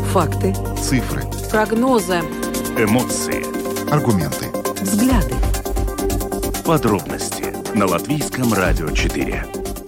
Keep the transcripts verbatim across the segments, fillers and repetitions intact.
Факты. Цифры. Прогнозы. Эмоции. Аргументы. Взгляды. Подробности на Латвийском радио четыре.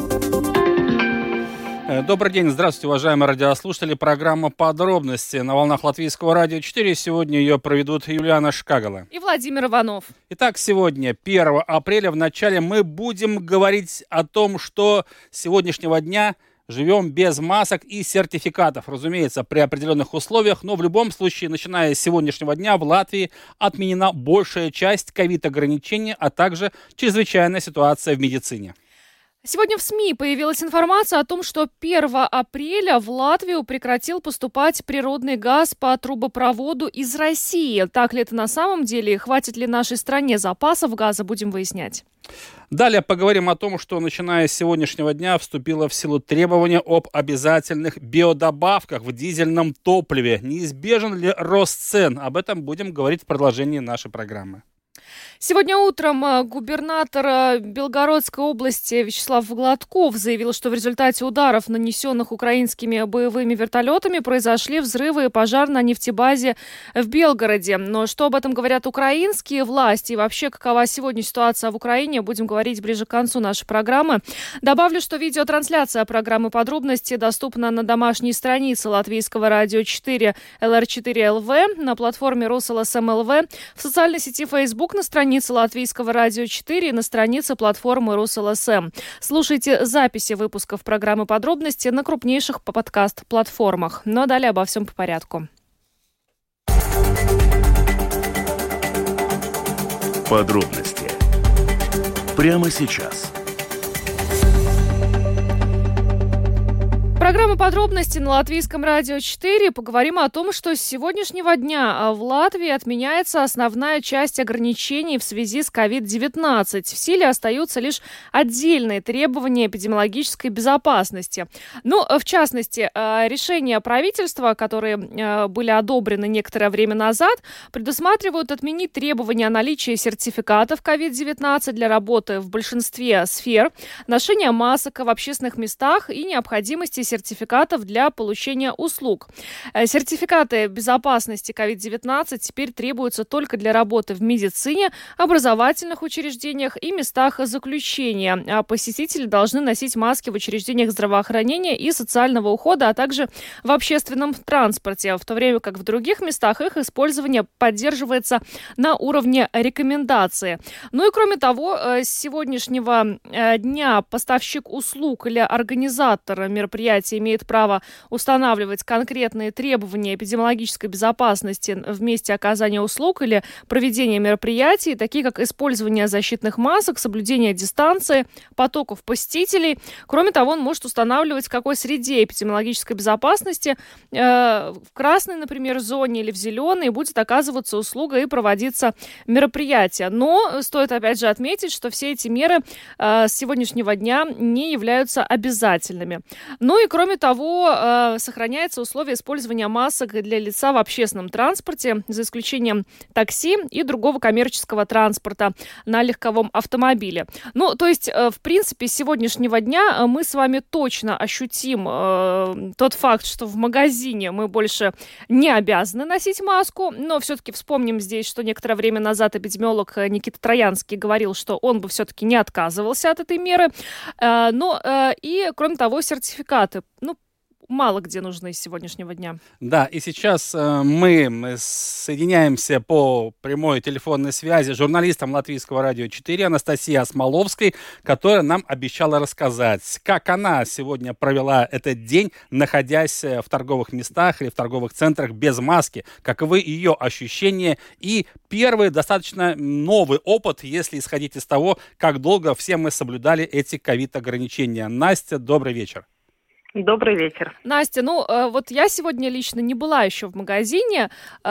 Добрый день, здравствуйте, уважаемые радиослушатели. Программа «Подробности» на волнах Латвийского радио четыре. Сегодня ее проведут Юлиана Шкагала и Владимир Иванов. Итак, сегодня, первого апреля, в начале мы будем говорить о том, что с сегодняшнего дня живем без масок и сертификатов. Разумеется, при определенных условиях, но в любом случае, начиная с сегодняшнего дня в Латвии отменена большая часть ковид-ограничений, а также чрезвычайная ситуация в медицине. Сегодня в СМИ появилась информация о том, что первого апреля в Латвию прекратил поступать природный газ по трубопроводу из России. Так ли это на самом деле? Хватит ли нашей стране запасов газа? Будем выяснять. Далее поговорим о том, что начиная с сегодняшнего дня вступило в силу требование об обязательных биодобавках в дизельном топливе. Неизбежен ли рост цен? Об этом будем говорить в продолжении нашей программы. Сегодня утром губернатор Белгородской области Вячеслав Гладков заявил, что в результате ударов, нанесенных украинскими боевыми вертолетами, произошли взрывы и пожар на нефтебазе в Белгороде. Но что об этом говорят украинские власти и вообще какова сегодня ситуация в Украине, будем говорить ближе к концу нашей программы. Добавлю, что видеотрансляция программы «Подробности» доступна на домашней странице Латвийского радио четыре эл эр четыре эл ви, на платформе РусЛСМ эл ви, в социальной сети Facebook, на странице Латвийского радио четыре и на странице платформы РусЛСМ. Слушайте записи выпусков программы «Подробности» на крупнейших подкаст-платформах. Но далее обо всем по порядку. Подробности прямо сейчас. Программа «Подробности» на Латвийском радио четыре. Поговорим о том, что с сегодняшнего дня в Латвии отменяется основная часть ограничений в связи с ковид девятнадцать. В силе остаются лишь отдельные требования эпидемиологической безопасности. Ну, в частности, решения правительства, которые были одобрены некоторое время назад, предусматривают отменить требования о наличии сертификатов ковид девятнадцать для работы в большинстве сфер, ношения масок в общественных местах и необходимости сертификатов для получения услуг. Сертификаты безопасности ковид девятнадцать теперь требуются только для работы в медицине, образовательных учреждениях и местах заключения. А посетители должны носить маски в учреждениях здравоохранения и социального ухода, а также в общественном транспорте, в то время как в других местах их использование поддерживается на уровне рекомендации. Ну и кроме того, с сегодняшнего дня поставщик услуг или организатор мероприятий имеет право устанавливать конкретные требования эпидемиологической безопасности в месте оказания услуг или проведения мероприятий, такие как использование защитных масок, соблюдение дистанции, потоков посетителей. Кроме того, он может устанавливать, в какой среде эпидемиологической безопасности, э, в красной, например, зоне или в зеленой, будет оказываться услуга и проводиться мероприятие. Но стоит опять же отметить, что все эти меры э, с сегодняшнего дня не являются обязательными. Ну и кроме того, э, сохраняется условие использования масок для лица в общественном транспорте, за исключением такси и другого коммерческого транспорта на легковом автомобиле. Ну, то есть, э, в принципе, с сегодняшнего дня мы с вами точно ощутим э, тот факт, что в магазине мы больше не обязаны носить маску, но все-таки вспомним здесь, что некоторое время назад эпидемиолог Никита Троянский говорил, что он бы все-таки не отказывался от этой меры. Э, но э, и, кроме того, сертификаты. Ну, мало где нужны с сегодняшнего дня. Да, и сейчас э, мы соединяемся по прямой телефонной связи с журналистом Латвийского радио четыре Анастасией Осмоловской, которая нам обещала рассказать, как она сегодня провела этот день, находясь в торговых местах или в торговых центрах без маски. Каковы ее ощущения и первый достаточно новый опыт, если исходить из того, как долго все мы соблюдали эти ковид-ограничения. Настя, добрый вечер. Добрый вечер. Настя, ну вот я сегодня лично не была еще в магазине,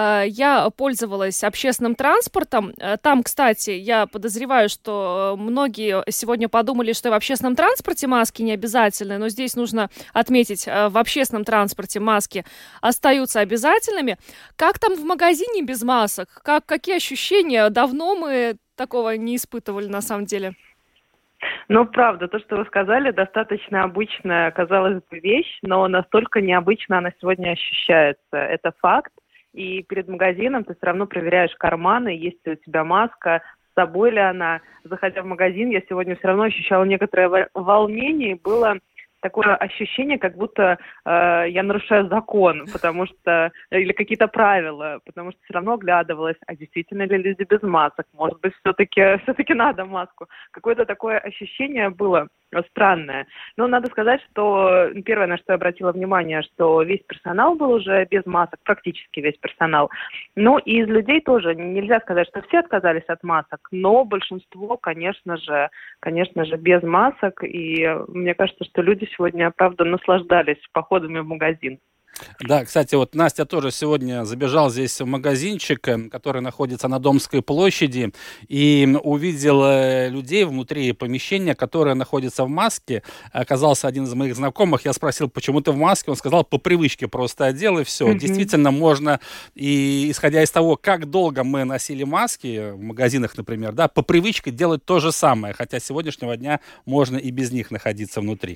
я пользовалась общественным транспортом. Там, кстати, я подозреваю, что многие сегодня подумали, что и в общественном транспорте маски не обязательны, но здесь нужно отметить, в общественном транспорте маски остаются обязательными. Как там в магазине без масок? Как, какие ощущения? Давно мы такого не испытывали на самом деле. Ну, правда, то, что вы сказали, достаточно обычная, казалось бы, вещь, но настолько необычно она сегодня ощущается. Это факт. И перед магазином ты все равно проверяешь карманы, есть ли у тебя маска, с собой ли она. Заходя в магазин, я сегодня все равно ощущала некоторое волнение, и было такое ощущение, как будто э, я нарушаю закон, потому что или какие-то правила, потому что все равно оглядывалась, а действительно ли люди без масок? Может быть, все-таки все-таки надо маску? Какое-то такое ощущение было странное. Но надо сказать, что первое, на что я обратила внимание, что весь персонал был уже без масок, практически весь персонал. Ну и из людей тоже нельзя сказать, что все отказались от масок, но большинство, конечно же, конечно же, без масок. И мне кажется, что люди сегодня, правда, наслаждались походами в магазин. Да, кстати, вот Настя тоже сегодня забежал здесь в магазинчик, который находится на Домской площади, и увидел людей внутри помещения, которые находятся в маске. Оказался один из моих знакомых, я спросил, почему ты в маске, он сказал, по привычке просто одел, и все. Mm-hmm. Действительно, можно, и исходя из того, как долго мы носили маски в магазинах, например, да, по привычке делать то же самое, хотя с сегодняшнего дня можно и без них находиться внутри.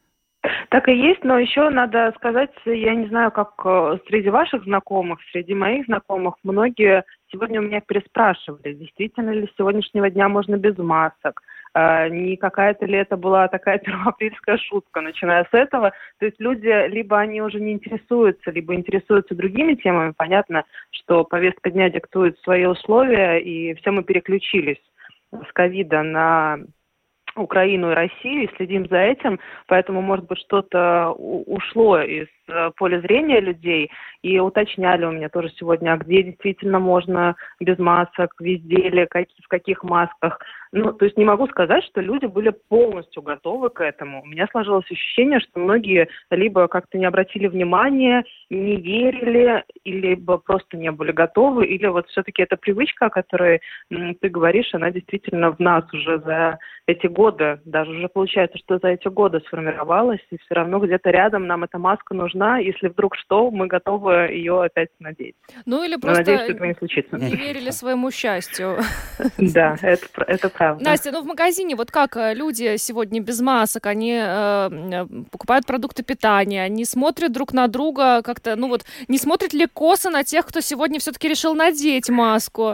Так и есть, но еще надо сказать, я не знаю, как среди ваших знакомых, среди моих знакомых, многие сегодня у меня переспрашивали, действительно ли с сегодняшнего дня можно без масок, не какая-то ли это была такая первоапрельская шутка, начиная с этого. То есть люди, либо они уже не интересуются, либо интересуются другими темами. Понятно, что повестка дня диктует свои условия, и все мы переключились с ковида на Украину и Россию, и следим за этим, поэтому, может быть, что-то ушло из поля зрения людей, и уточняли у меня тоже сегодня, а где действительно можно без масок, везде ли, как, в каких масках. Ну, то есть не могу сказать, что люди были полностью готовы к этому. У меня сложилось ощущение, что многие либо как-то не обратили внимания, не верили, либо просто не были готовы, или вот все-таки эта привычка, о которой м, ты говоришь, она действительно в нас уже за эти годы, даже уже получается, что за эти годы сформировалась, и все равно где-то рядом нам эта маска нужна, если вдруг что, мы готовы ее опять надеть. Ну или просто надеюсь, что этого не случится. Не верили своему счастью. Да, это правда. Настя, ну в магазине вот как люди сегодня без масок, они покупают продукты питания, они смотрят друг на друга как-то, ну вот, не смотрят ли косо на тех, кто сегодня все-таки решил надеть маску?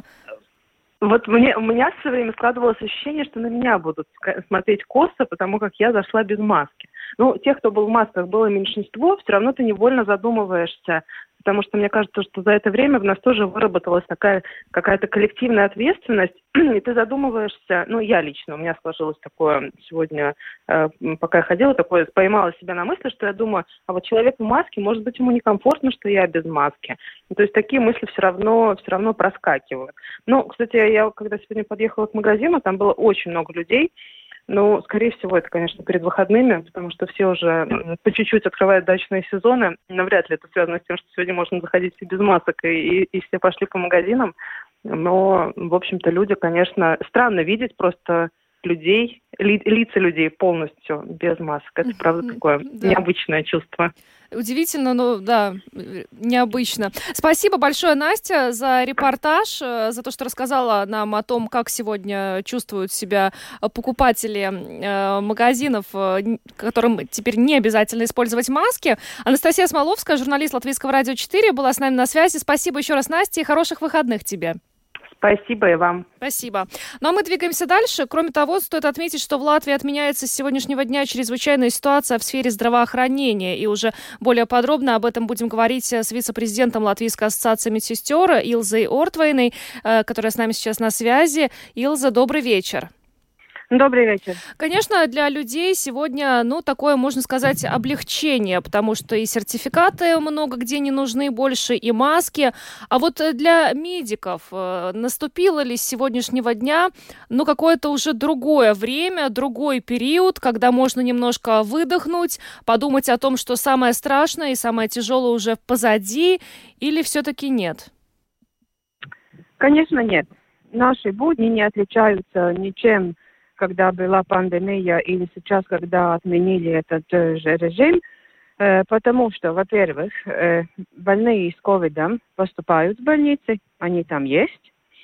Вот мне, у меня все время складывалось ощущение, что на меня будут смотреть косо, потому как я зашла без маски. Ну, тех, кто был в масках, было меньшинство, все равно ты невольно задумываешься, потому что мне кажется, что за это время в нас тоже выработалась такая какая-то коллективная ответственность, и ты задумываешься, ну, я лично, у меня сложилось такое сегодня, э, пока я ходила, такое, поймала себя на мысли, что я думаю, а вот человек в маске, может быть, ему некомфортно, что я без маски. Ну, то есть такие мысли все равно, все равно проскакивают. Ну, кстати, я когда сегодня подъехала к магазину, там было очень много людей. Ну, скорее всего, это, конечно, перед выходными, потому что все уже по чуть-чуть открывают дачные сезоны. Навряд ли это связано с тем, что сегодня можно заходить все без масок, и, и все пошли по магазинам. Но, в общем-то, люди, конечно, странно видеть просто людей, ли, лица людей полностью без масок. Это, правда, такое да. необычное чувство. Удивительно, но да, необычно. Спасибо большое, Настя, за репортаж, за то, что рассказала нам о том, как сегодня чувствуют себя покупатели магазинов, которым теперь не обязательно использовать маски. Анастасия Смоловская, журналист Латвийского радио четыре, была с нами на связи. Спасибо еще раз, Настя, и хороших выходных тебе. Спасибо и вам. Спасибо. Ну а мы двигаемся дальше. Кроме того, стоит отметить, что в Латвии отменяется с сегодняшнего дня чрезвычайная ситуация в сфере здравоохранения. И уже более подробно об этом будем говорить с вице-президентом Латвийской ассоциации медсестер Илзой Ортвейной, которая с нами сейчас на связи. Илза, добрый вечер. Добрый вечер. Конечно, для людей сегодня, ну, такое, можно сказать, облегчение, потому что и сертификаты много где не нужны больше, и маски. А вот для медиков наступило ли с сегодняшнего дня, ну, какое-то уже другое время, другой период, когда можно немножко выдохнуть, подумать о том, что самое страшное и самое тяжелое уже позади, или все-таки нет? Конечно, нет. Наши будни не отличаются ничем, когда была пандемия или сейчас, когда отменили этот же режим, э, потому что, во-первых, э, больные с ковидом поступают в больницы, они там есть.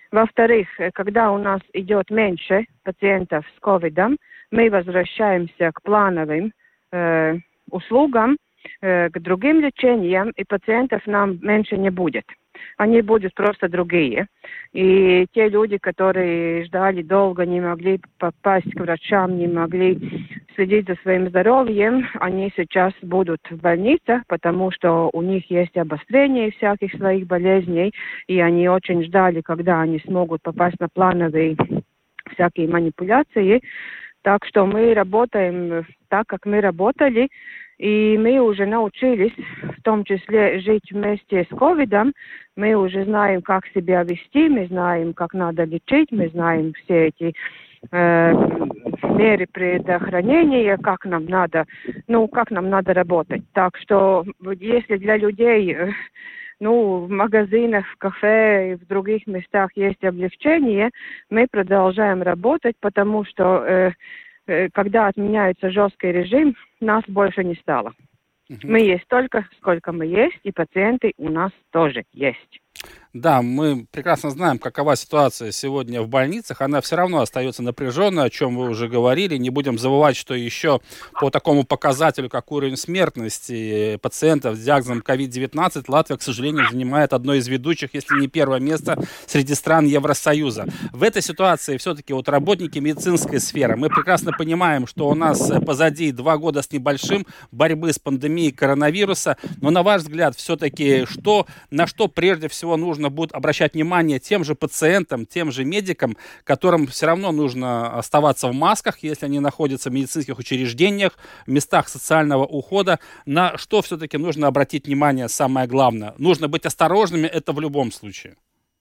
Во-вторых, когда у нас идет меньше пациентов с ковидом, мы возвращаемся к плановым э, услугам, э, к другим лечениям, и пациентов нам меньше не будет. Они будут просто другие. И те люди, которые ждали долго, не могли попасть к врачам, не могли следить за своим здоровьем, они сейчас будут в больнице, потому что у них есть обострение всяких своих болезней, и они очень ждали, когда они смогут попасть на плановые всякие манипуляции. Так что мы работаем так, как мы работали, и мы уже научились, в том числе, жить вместе с ковидом. Мы уже знаем, как себя вести, мы знаем, как надо лечить, мы знаем все эти э, меры предохранения, как нам надо, ну, как нам надо работать. Так что, если для людей, э, ну, в магазинах, в кафе и в других местах есть облегчение, мы продолжаем работать, потому что э, когда отменяется жесткий режим, нас больше не стало. Uh-huh. Мы есть столько, сколько мы есть, и пациенты у нас тоже есть. Да, мы прекрасно знаем, какова ситуация сегодня в больницах. Она все равно остается напряженной, о чем вы уже говорили. Не будем забывать, что еще по такому показателю, как уровень смертности пациентов с диагнозом ковид девятнадцать, Латвия, к сожалению, занимает одно из ведущих, если не первое место среди стран Евросоюза. В этой ситуации все-таки вот работники медицинской сферы, мы прекрасно понимаем, что у нас позади два года с небольшим борьбы с пандемией коронавируса. Но на ваш взгляд, все-таки что, на что прежде всего нужно будет обращать внимание тем же пациентам, тем же медикам, которым все равно нужно оставаться в масках, если они находятся в медицинских учреждениях, в местах социального ухода. На что все-таки нужно обратить внимание самое главное? Нужно быть осторожными, это в любом случае.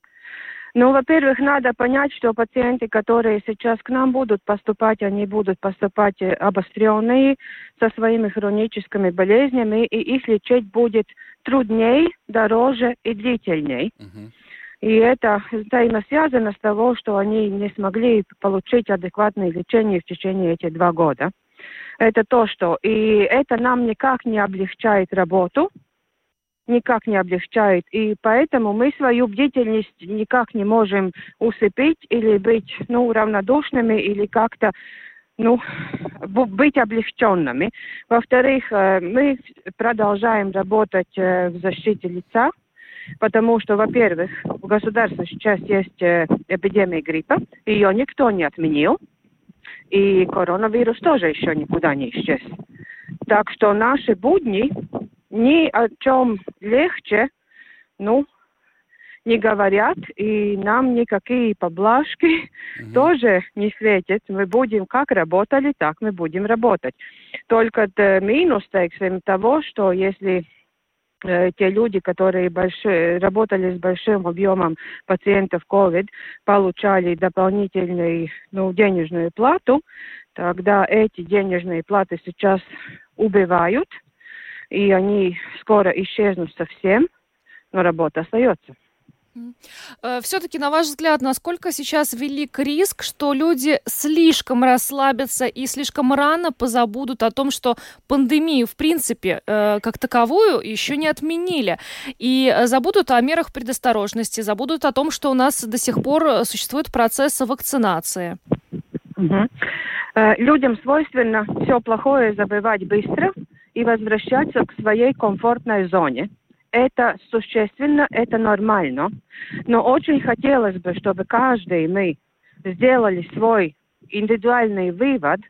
Ну, во-первых, надо понять, что пациенты, которые сейчас к нам будут поступать, они будут поступать обостренные со своими хроническими болезнями, и их лечить будет труднее, дороже и длительнее. Uh-huh. И это взаимосвязано с того, что они не смогли получить адекватное лечение в течение этих два года. Это то, что... И это нам никак не облегчает работу, никак не облегчает, и поэтому мы свою бдительность никак не можем усыпить или быть, ну, равнодушными, или как-то, ну, быть облегченными. Во-вторых, мы продолжаем работать в защите лица, потому что, во-первых, в государстве сейчас есть эпидемия гриппа, ее никто не отменил, и коронавирус тоже еще никуда не исчез. Так что наши будни ни о чем легче, ну, не говорят, и нам никакие поблажки mm-hmm. тоже не светят. Мы будем как работали, так мы будем работать. Только минус, так сказать, того, что если э, те люди, которые большие, работали с большим объемом пациентов ковид, получали дополнительную, ну, денежную плату, тогда эти денежные платы сейчас убивают, и они скоро исчезнут совсем, но работа остается. Все-таки, на ваш взгляд, насколько сейчас велик риск, что люди слишком расслабятся и слишком рано позабудут о том, что пандемию, в принципе, как таковую еще не отменили, и забудут о мерах предосторожности, забудут о том, что у нас до сих пор существует процесс вакцинации? Угу. Людям свойственно все плохое забывать быстро и возвращаться к своей комфортной зоне. Это существенно, это нормально. Но очень хотелось бы, чтобы каждый мы сделали свой индивидуальный вывод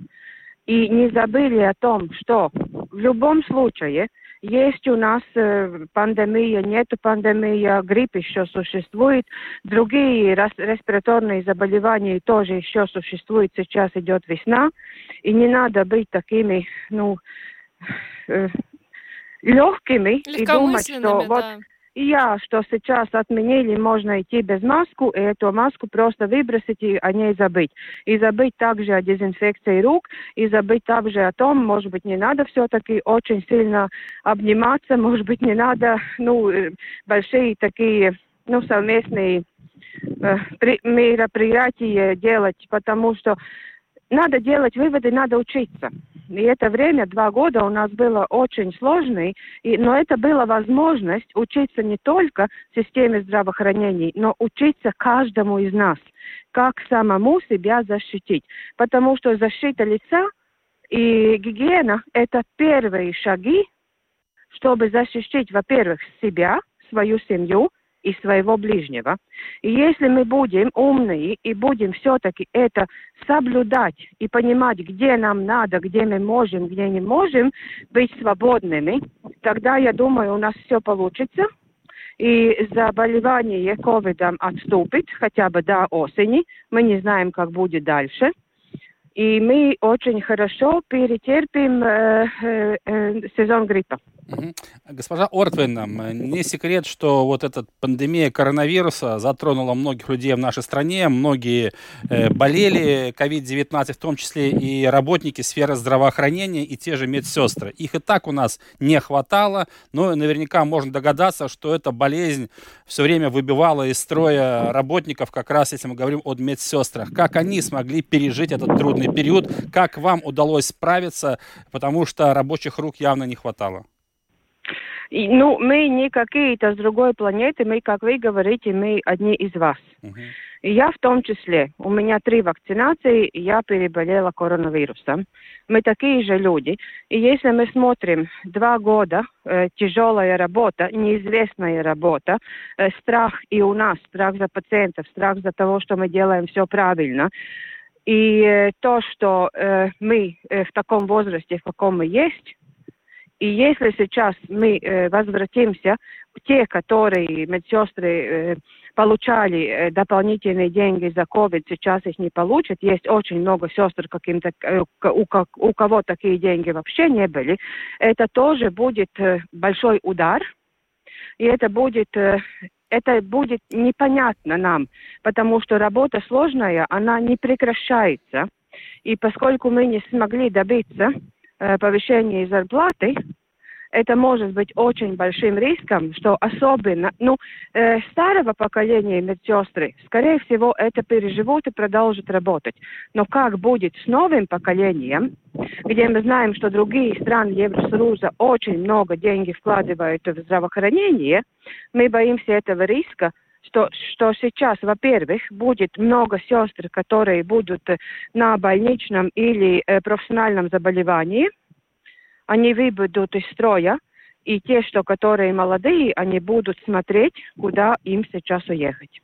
и не забыли о том, что в любом случае есть у нас э, пандемия, нету пандемии, грипп еще существует, другие рас- респираторные заболевания тоже еще существуют, сейчас идет весна, и не надо быть такими, ну, э, легкими и думать, что вот да. я, что сейчас отменили, можно идти без маску, и эту маску просто выбросить и о ней забыть. И забыть также о дезинфекции рук, и забыть также о том, может быть, не надо все-таки очень сильно обниматься, может быть, не надо, ну, большие такие, ну, совместные э, при, мероприятия делать, потому что надо делать выводы, надо учиться. И это время, два года, у нас было очень сложное, и, но это была возможность учиться не только в системе здравоохранения, но учиться каждому из нас, как самому себя защитить. Потому что защита лица и гигиена – это первые шаги, чтобы защитить, во-первых, себя, свою семью и своего ближнего. И если мы будем умные и будем все-таки это соблюдать и понимать, где нам надо, где мы можем, где не можем быть свободными, тогда, я думаю, у нас все получится. И заболевание ковидом отступит хотя бы до осени. Мы не знаем, как будет дальше. И мы очень хорошо перетерпим э, э, э, сезон гриппа. Угу. Госпожа Ортвейн, не секрет, что вот эта пандемия коронавируса затронула многих людей в нашей стране, многие э, болели ковид девятнадцать, в том числе и работники сферы здравоохранения и те же медсестры. Их и так у нас не хватало, но наверняка можно догадаться, что эта болезнь все время выбивала из строя работников, как раз если мы говорим о медсестрах. Как они смогли пережить этот трудный период, как вам удалось справиться, потому что рабочих рук явно не хватало? И, ну, мы не какие-то с другой планеты, мы, как вы говорите, мы одни из вас. Uh-huh. И я в том числе. У меня три вакцинации, и я переболела коронавирусом. Мы такие же люди. И если мы смотрим два года, э, тяжелая работа, неизвестная работа, э, страх и у нас, страх за пациентов, страх за того, что мы делаем все правильно. И э, то, что э, мы э, в таком возрасте, в каком мы есть, и если сейчас мы э, возвратимся, те, которые медсестры э, получали э, дополнительные деньги за ковид, сейчас их не получат. Есть очень много сестр, каким-то, э, у, у кого такие деньги вообще не были. Это тоже будет э, большой удар. И это будет, э, это будет непонятно нам, потому что работа сложная, она не прекращается. И поскольку мы не смогли добиться повышение зарплаты, это может быть очень большим риском, что особенно, ну, э, старого поколения медсестры, скорее всего, это переживут и продолжат работать. Но как будет с новым поколением, где мы знаем, что другие страны Евросоюза очень много денег вкладывают в здравоохранение, мы боимся этого риска, Что, что сейчас, во-первых, будет много сестр, которые будут на больничном или э, профессиональном заболевании. Они выбудут из строя, и те, что, которые молодые, они будут смотреть, куда им сейчас уехать.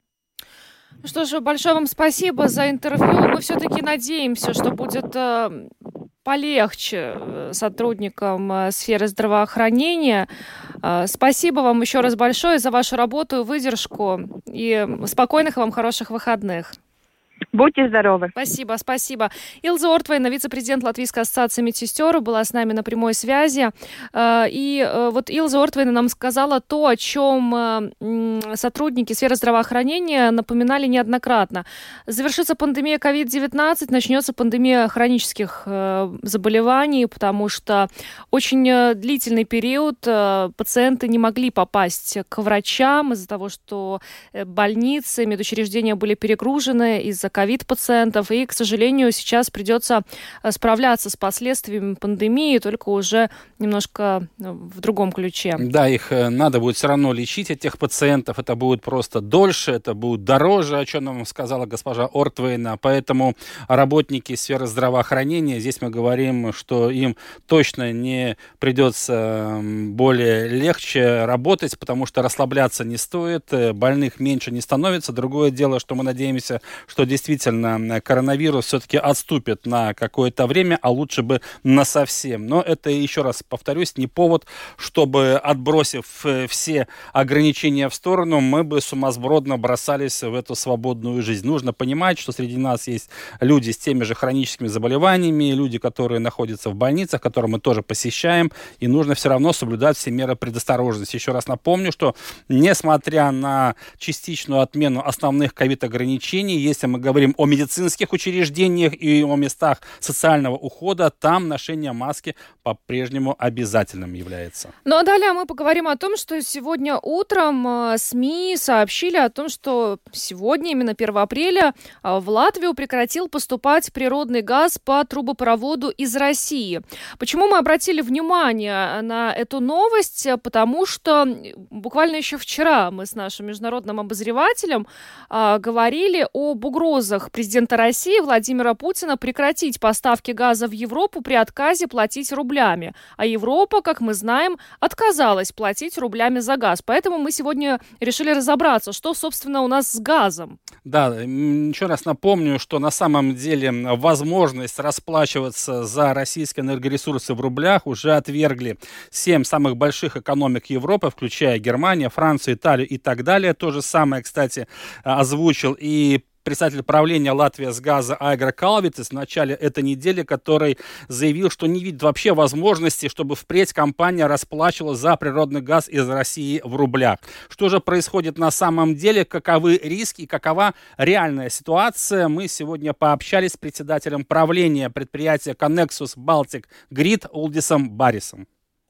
Ну что ж, большое вам спасибо за интервью. Мы все-таки надеемся, что будет э, полегче сотрудникам э, сферы здравоохранения. Э, спасибо вам еще раз большое за вашу работу и выдержку. И спокойных вам, хороших выходных. Будьте здоровы. Спасибо, спасибо. Илза Ортвейна, вице-президент Латвийской ассоциации медсестер, была с нами на прямой связи. И вот Илза Ортвейна нам сказала то, о чем сотрудники сферы здравоохранения напоминали неоднократно. Завершится пандемия ковид девятнадцать, начнется пандемия хронических заболеваний, потому что очень длительный период пациенты не могли попасть к врачам из-за того, что больницы, медучреждения были перегружены из-за ковид-пациентов, и, к сожалению, сейчас придется справляться с последствиями пандемии, только уже немножко в другом ключе. Да, их надо будет все равно лечить, этих пациентов, это будет просто дольше, это будет дороже, о чем нам сказала госпожа Ортвейна, поэтому работники сферы здравоохранения, здесь мы говорим, что им точно не придется более легче работать, потому что расслабляться не стоит, больных меньше не становится. Другое дело, что мы надеемся, что действительно коронавирус все-таки отступит на какое-то время, а лучше бы насовсем. Но это, еще раз повторюсь, не повод, чтобы, отбросив все ограничения в сторону, мы бы сумасбродно бросались в эту свободную жизнь. Нужно понимать, что среди нас есть люди с теми же хроническими заболеваниями, люди, которые находятся в больницах, которые мы тоже посещаем, и нужно все равно соблюдать все меры предосторожности. Еще раз напомню, что несмотря на частичную отмену основных ковид-ограничений, если мы говорим говорим о медицинских учреждениях и о местах социального ухода, там ношение маски по-прежнему обязательным является. Ну а далее мы поговорим о том, что сегодня утром СМИ сообщили о том, что сегодня, именно первого апреля, в Латвию прекратил поступать природный газ по трубопроводу из России. Почему мы обратили внимание на эту новость? Потому что буквально еще вчера мы с нашим международным обозревателем а, говорили об угрозах президента России Владимира Путина прекратить поставки газа в Европу при отказе платить рублями. А Европа, как мы знаем, отказалась платить рублями за газ. Поэтому мы сегодня решили разобраться, что, собственно, у нас с газом. Да, еще раз напомню, что на самом деле возможность расплачиваться за российские энергоресурсы в рублях уже отвергли семь самых больших экономик Европы, включая Германию, Францию, Италию и так далее. То же самое, кстати, озвучил и председатель правления Латвии с газа Айгра Калвитис в начале этой недели, который заявил, что не видит вообще возможности, чтобы впредь компания расплачивалась за природный газ из России в рублях. Что же происходит на самом деле, каковы риски и какова реальная ситуация? Мы сегодня пообщались с председателем правления предприятия Connexus Baltic Grid Улдисом Барисом.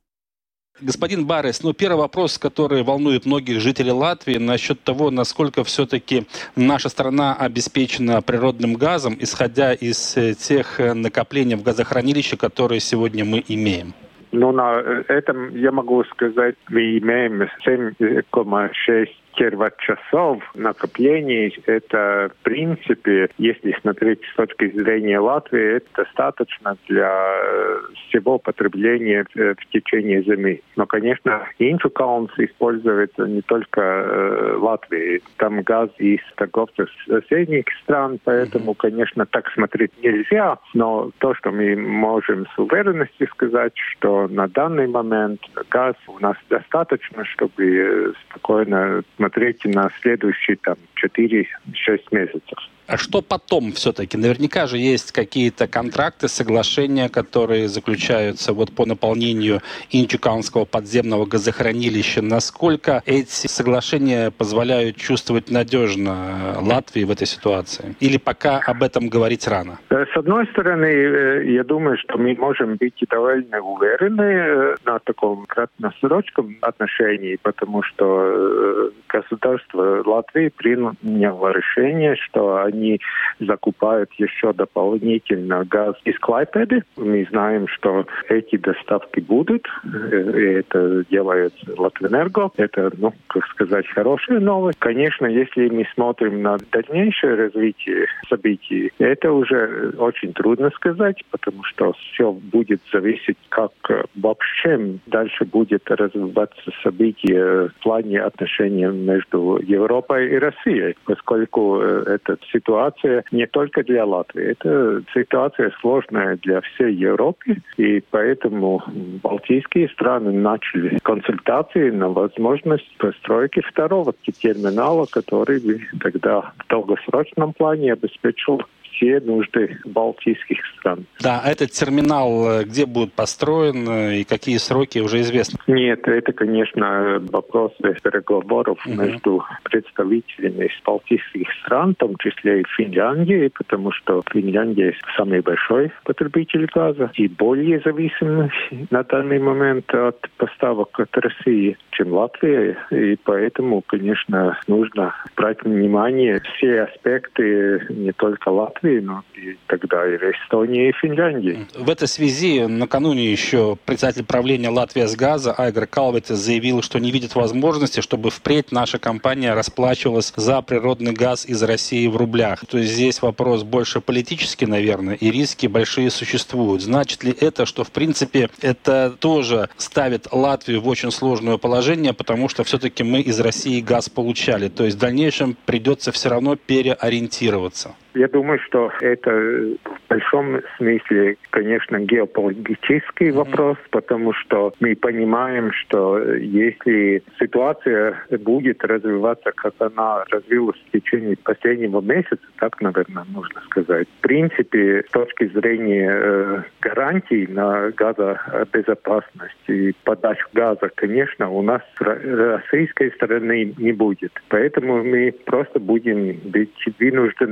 Господин Барис, ну первый вопрос, который волнует многих жителей Латвии, насчет того, насколько все-таки наша страна обеспечена природным газом, исходя из тех накоплений в газохранилище, которые сегодня мы имеем. Ну, на этом я могу сказать, мы имеем семь целых шесть тераватт-часов накоплений. Это, в принципе, если смотреть с точки зрения Латвии, это достаточно для всего потребления в течение зимы. Но, конечно, Инчукалнс использует не только Латвии. Там газ из торговцев соседних стран, поэтому, конечно, так смотреть нельзя. Но то, что мы можем с уверенностью сказать, что на данный момент газ у нас достаточно, чтобы спокойно смотреть на следующие там четыре-шесть месяцев. А что потом все-таки? Наверняка же есть какие-то контракты, соглашения, которые заключаются вот по наполнению Инчукалнского подземного газохранилища. Насколько эти соглашения позволяют чувствовать надежно Латвии в этой ситуации? Или пока об этом говорить рано? С одной стороны, я думаю, что мы можем быть довольно уверены на таком краткосрочном отношении, потому что государство Латвии приняло решение, что они закупают еще дополнительно газ из Клайпеды. Мы знаем, что эти доставки будут. И это делает Латвэнерго. Это, ну, как сказать, хорошая новость. Конечно, если мы смотрим на дальнейшее развитие событий, это уже очень трудно сказать, потому что все будет зависеть, как вообще дальше будет развиваться события в плане отношений между Европой и Россией, поскольку эта ситуация не только для Латвии. Это ситуация сложная для всей Европы, и поэтому балтийские страны начали консультации на возможность постройки второго терминала, который бы тогда в долгосрочном плане обеспечил все нужды балтийских стран. Да, этот терминал где будет построен и какие сроки уже известны? Нет, это, конечно, вопросы переговоров uh-huh. между представителями из балтийских стран, в том числе и Финляндии, потому что Финляндия самый большой потребитель газа и более зависимый на данный момент от поставок от России, чем Латвия. И поэтому, конечно, нужно брать внимание все аспекты не только Латвии, но и тогда и Эстонии, и Финляндии. В этой связи накануне еще председатель правления Латвии с газа Айгра Калвитис заявил, что не видит возможности, чтобы впредь наша компания расплачивалась за природный газ из России в рублях. То есть здесь вопрос больше политический, наверное, и риски большие существуют. Значит ли это, что в принципе это тоже ставит Латвию в очень сложное положение, потому что все-таки мы из России газ получали. То есть в дальнейшем придется все равно переориентироваться? Я думаю, что это в большом смысле, конечно, геополитический mm-hmm. вопрос, потому что мы понимаем, что если ситуация будет развиваться, как она развилась в течение последнего месяца, так, наверное, нужно сказать. В принципе, с точки зрения э, гарантий на газобезопасность и подачу газа, конечно, у нас с российской стороны не будет. Поэтому мы просто будем быть вынуждены найти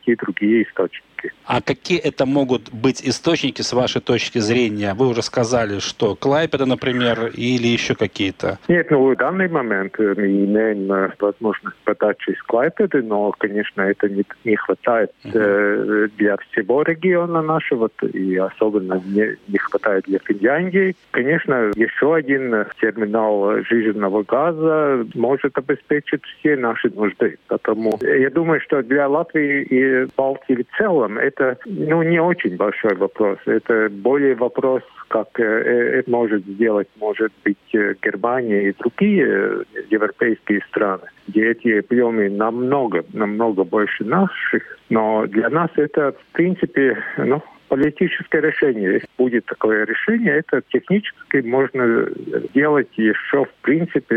найти другие источники. А какие это могут быть источники с вашей точки зрения? Вы уже сказали, что Клайпеда, например, или еще какие-то? Нет, ну в данный момент мы имеем возможность подачи из Клайпеды, но, конечно, это не, не хватает uh-huh. для всего региона нашего, и особенно не, не хватает для Финляндии. Конечно, еще один терминал жиженного газа может обеспечить все наши нужды. Потому я думаю, что для Латвии и Балтии в целом это ну, не очень большой вопрос. Это более вопрос, как э, это может сделать, может быть, Германия и другие европейские страны, где эти объемы намного, намного больше наших. Но для нас это, в принципе, ну, политическое решение. Если будет такое решение, это технически можно делать еще, в принципе,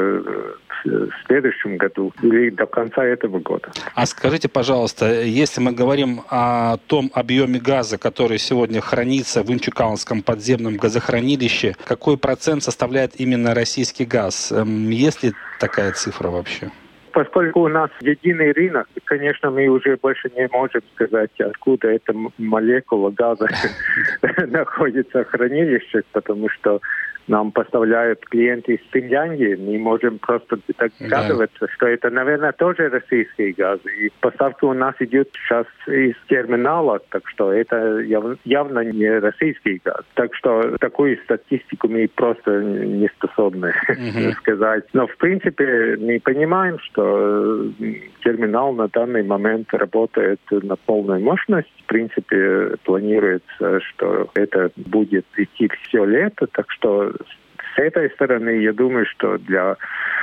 в следующем году или до конца этого года. А скажите, пожалуйста, если мы говорим о том объеме газа, который сегодня хранится в Инчукалнском подземном газохранилище, какой процент составляет именно российский газ? Есть ли такая цифра вообще? Поскольку у нас единый рынок, конечно, мы уже больше не можем сказать, откуда эта молекула газа находится в хранилище, потому что нам поставляют клиенты из Финляндии. Мы можем просто догадываться, да. что это, наверное, тоже российский газ. И поставка у нас идет сейчас из терминала, так что это яв- явно не российский газ. Так что такую статистику мы просто не способны uh-huh. сказать. Но, в принципе, мы понимаем, что терминал на данный момент работает на полную мощность. В принципе, планируется, что это будет идти все лето, так что с этой стороны, я думаю, что для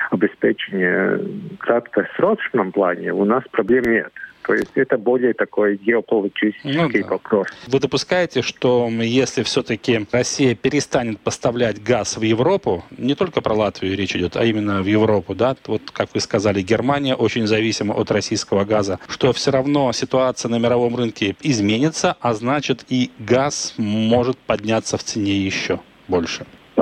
обеспечения в краткосрочном плане у нас проблем нет. То есть это более такой геополитический ну, да. вопрос. Вы допускаете, что если все-таки Россия перестанет поставлять газ в Европу, не только про Латвию речь идет, а именно в Европу, да, вот как вы сказали, Германия очень зависима от российского газа, что все равно ситуация на мировом рынке изменится, а значит и газ может подняться в цене еще больше?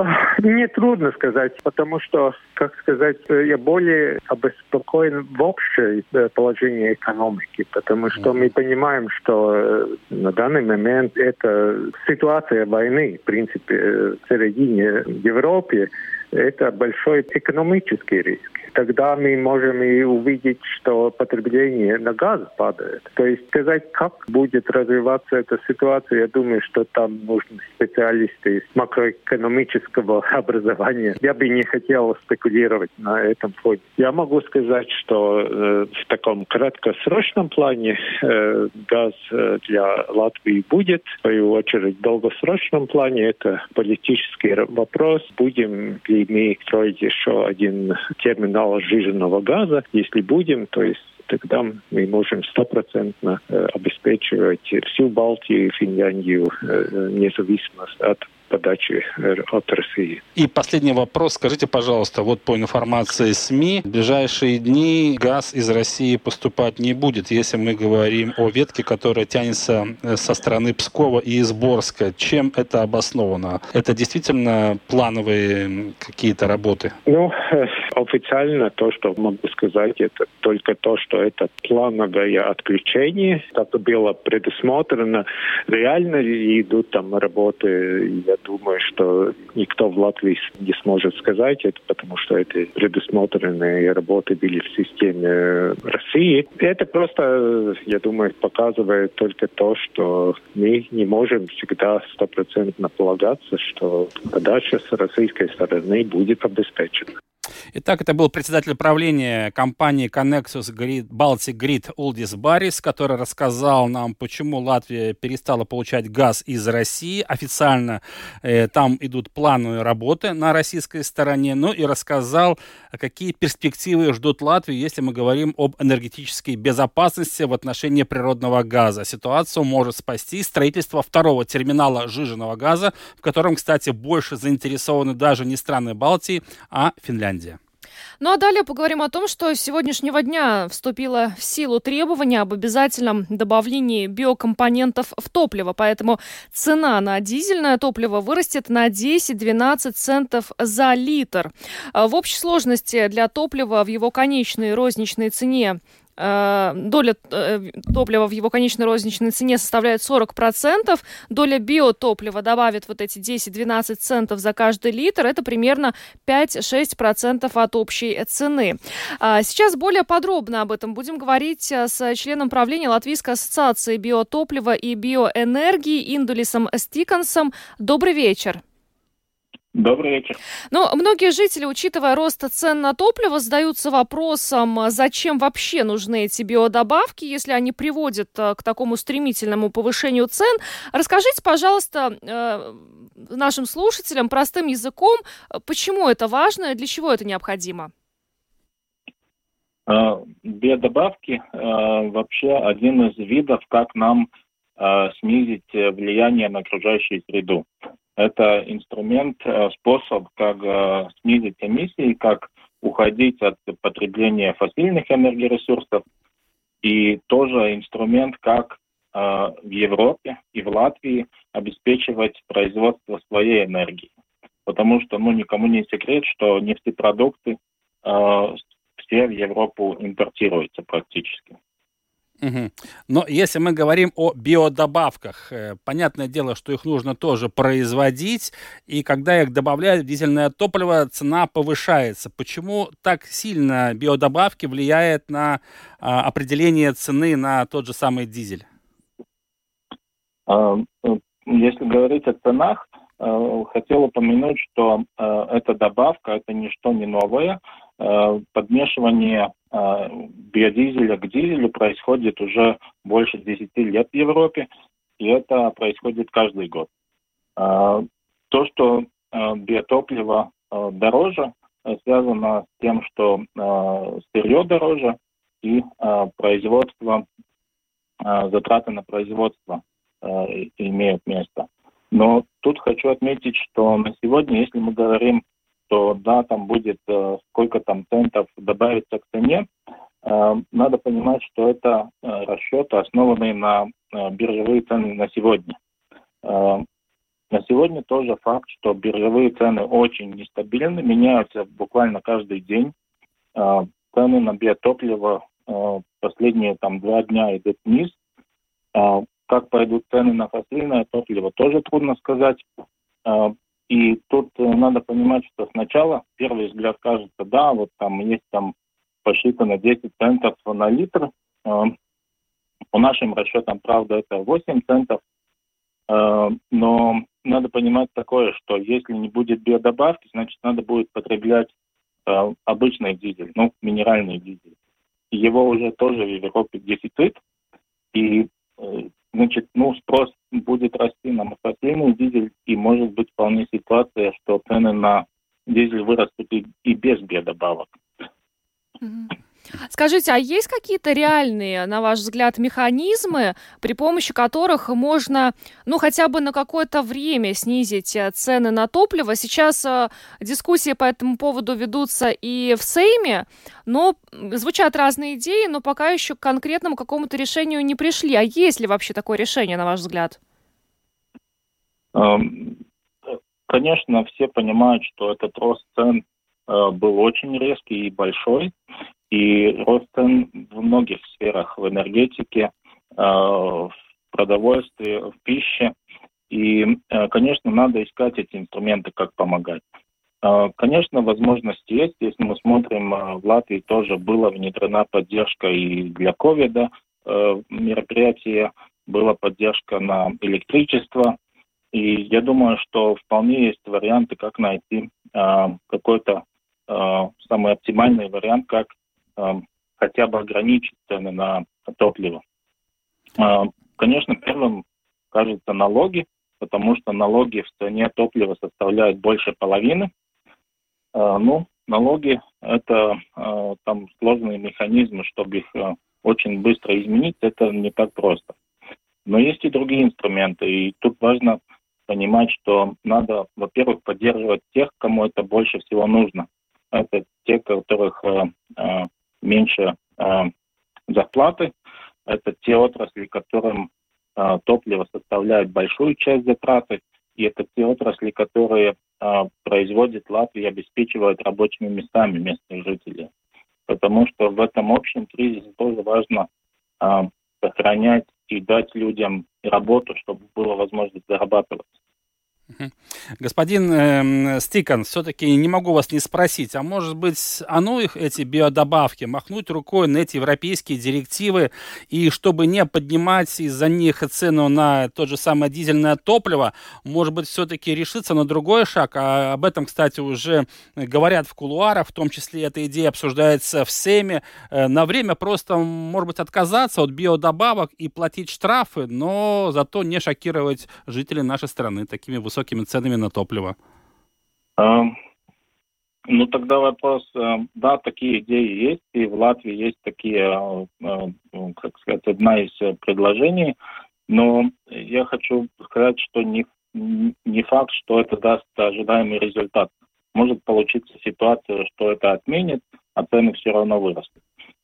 Мне трудно сказать, потому что, как сказать, я более обеспокоен в общем положении экономики, потому что мы понимаем, что на данный момент это ситуация войны, в принципе, в середине Европы, это большой экономический риск. Тогда мы можем и увидеть, что потребление на газ падает. То есть сказать, как будет развиваться эта ситуация, я думаю, что там нужны специалисты из макроэкономического образования. Я бы не хотел спекулировать на этом фоне. Я могу сказать, что э, в таком краткосрочном плане э, газ для Латвии будет. В свою очередь, в долгосрочном плане это политический вопрос. Будем ли мы строить еще один терминал сжиженного газа? Если будем, то есть тогда мы можем стопроцентно обеспечивать всю Балтию и Финляндию независимо от подачи от России. И последний вопрос. Скажите, пожалуйста, вот по информации СМИ, в ближайшие дни газ из России поступать не будет, если мы говорим о ветке, которая тянется со стороны Пскова и Изборска. Чем это обосновано? Это действительно плановые какие-то работы? Ну, официально то, что могу сказать, это только то, что это плановое отключение. Так было предусмотрено. Реально идут там работы. Я думаю, что никто в Латвии не сможет сказать это, потому что это предусмотренные работы были в системе России. Это просто, я думаю, показывает только то, что мы не можем всегда стопроцентно полагаться, что подача с российской стороны будет обеспечена. Итак, это был председатель правления компании Connexus Grid, Baltic Grid Uldis Baris, который рассказал нам, почему Латвия перестала получать газ из России. Официально э, там идут плановые работы на российской стороне. Ну и рассказал, какие перспективы ждут Латвию, если мы говорим об энергетической безопасности в отношении природного газа. Ситуацию может спасти строительство второго терминала сжиженного газа, в котором, кстати, больше заинтересованы даже не страны Балтии, а Финляндия. Ну а далее поговорим о том, что с сегодняшнего дня вступило в силу требование об обязательном добавлении биокомпонентов в топливо. Поэтому цена на дизельное топливо вырастет на десять-двенадцать центов за литр. В общей сложности для топлива в его конечной розничной цене э, доля э, топлива в его конечной розничной цене составляет сорок процентов, доля биотоплива добавит вот эти десять-двенадцать центов за каждый литр, это примерно пять-шесть процентов от общей цены. А сейчас более подробно об этом будем говорить с членом правления Латвийской ассоциации биотоплива и биоэнергии Индулисом Стикансом. Добрый вечер. Добрый вечер. Но многие жители, учитывая рост цен на топливо, задаются вопросом, зачем вообще нужны эти биодобавки, если они приводят к такому стремительному повышению цен. Расскажите, пожалуйста, нашим слушателям простым языком, почему это важно и для чего это необходимо? Биодобавки вообще один из видов, как нам снизить влияние на окружающую среду. Это инструмент, способ, как снизить эмиссии, как уходить от потребления фосильных энергоресурсов. И тоже инструмент, как в Европе и в Латвии обеспечивать производство своей энергии. Потому что, ну, никому не секрет, что нефтепродукты все в Европу импортируются практически. Угу. Но если мы говорим о биодобавках, э, понятное дело, что их нужно тоже производить, и когда их добавляют в дизельное топливо, цена повышается. Почему так сильно биодобавки влияют на э, определение цены на тот же самый дизель? Если говорить о ценах, хотел упомянуть, что эта добавка, это ничто не новое. Подмешивание биодизеля к дизелю происходит уже больше десяти лет в Европе, и это происходит каждый год. То, что биотопливо дороже, связано с тем, что сырье дороже и производство, затраты на производство имеют место. Но тут хочу отметить, что на сегодня, если мы говорим, то да, там будет э, сколько там центов добавится к цене, э, надо понимать, что это э, расчеты, основанные на э, биржевые цены на сегодня. Э, на сегодня тоже факт, что биржевые цены очень нестабильны, меняются буквально каждый день. Э, цены на биотопливо э, последние там два дня идут вниз. Э, как пойдут цены на фосильное топливо, тоже трудно сказать. Э, И тут надо понимать, что сначала, первый взгляд кажется, да, вот там есть там посчитано десять центов на литр. По нашим расчетам, правда, это восемь центов. Но надо понимать такое, что если не будет биодобавки, значит, надо будет потреблять обычный дизель, ну, минеральный дизель. Его уже тоже в Европе дефицит. И значит, ну, спрос будет расти на фосильный дизель, и может быть вполне ситуация, что цены на дизель вырастут и, и без биодобавок. Скажите, а есть какие-то реальные, на ваш взгляд, механизмы, при помощи которых можно, ну, хотя бы на какое-то время снизить цены на топливо? Сейчас э, дискуссии по этому поводу ведутся и в Сейме, но звучат разные идеи, но пока еще к конкретному какому-то решению не пришли. А есть ли вообще такое решение, на ваш взгляд? Конечно, все понимают, что этот рост цен э, был очень резкий и большой. И рост цен в многих сферах, в энергетике, в продовольствии, в пище. И, конечно, надо искать эти инструменты, как помогать. Конечно, возможности есть. Если мы смотрим, в Латвии тоже была внедрена поддержка и для ковида мероприятия, была поддержка на электричество. И я думаю, что вполне есть варианты, как найти какой-то самый оптимальный вариант, как хотя бы ограничить цены на топливо. Конечно, первым кажется налоги, потому что налоги в цене топлива составляют больше половины. Ну, налоги – это там сложные механизмы, чтобы их очень быстро изменить, это не так просто. Но есть и другие инструменты, и тут важно понимать, что надо, во-первых, поддерживать тех, кому это больше всего нужно. Это те, которых меньше э, зарплаты. Это те отрасли, которым э, топливо составляет большую часть затраты. И это те отрасли, которые э, производят Латвию и обеспечивают рабочими местами местных жителей. потому что в этом общем кризисе тоже важно э, сохранять и дать людям работу, чтобы была возможность зарабатывать. Господин э, Стикан, все-таки не могу вас не спросить, а может быть, а ну их, эти биодобавки, махнуть рукой на эти европейские директивы, и чтобы не поднимать из-за них цену на тот же самое дизельное топливо, может быть, все-таки решиться на другой шаг, а об этом, кстати, уже говорят в кулуарах, в том числе эта идея обсуждается в Сейме, э, на время просто, может быть, отказаться от биодобавок и платить штрафы, но зато не шокировать жителей нашей страны такими высокими высокими ценами на топливо? А, ну, тогда вопрос, да, такие идеи есть, и в Латвии есть такие, как сказать, одна из предложений, но я хочу сказать, что не, не факт, что это даст ожидаемый результат. Может получиться ситуация, что это отменит, а цены все равно вырастут.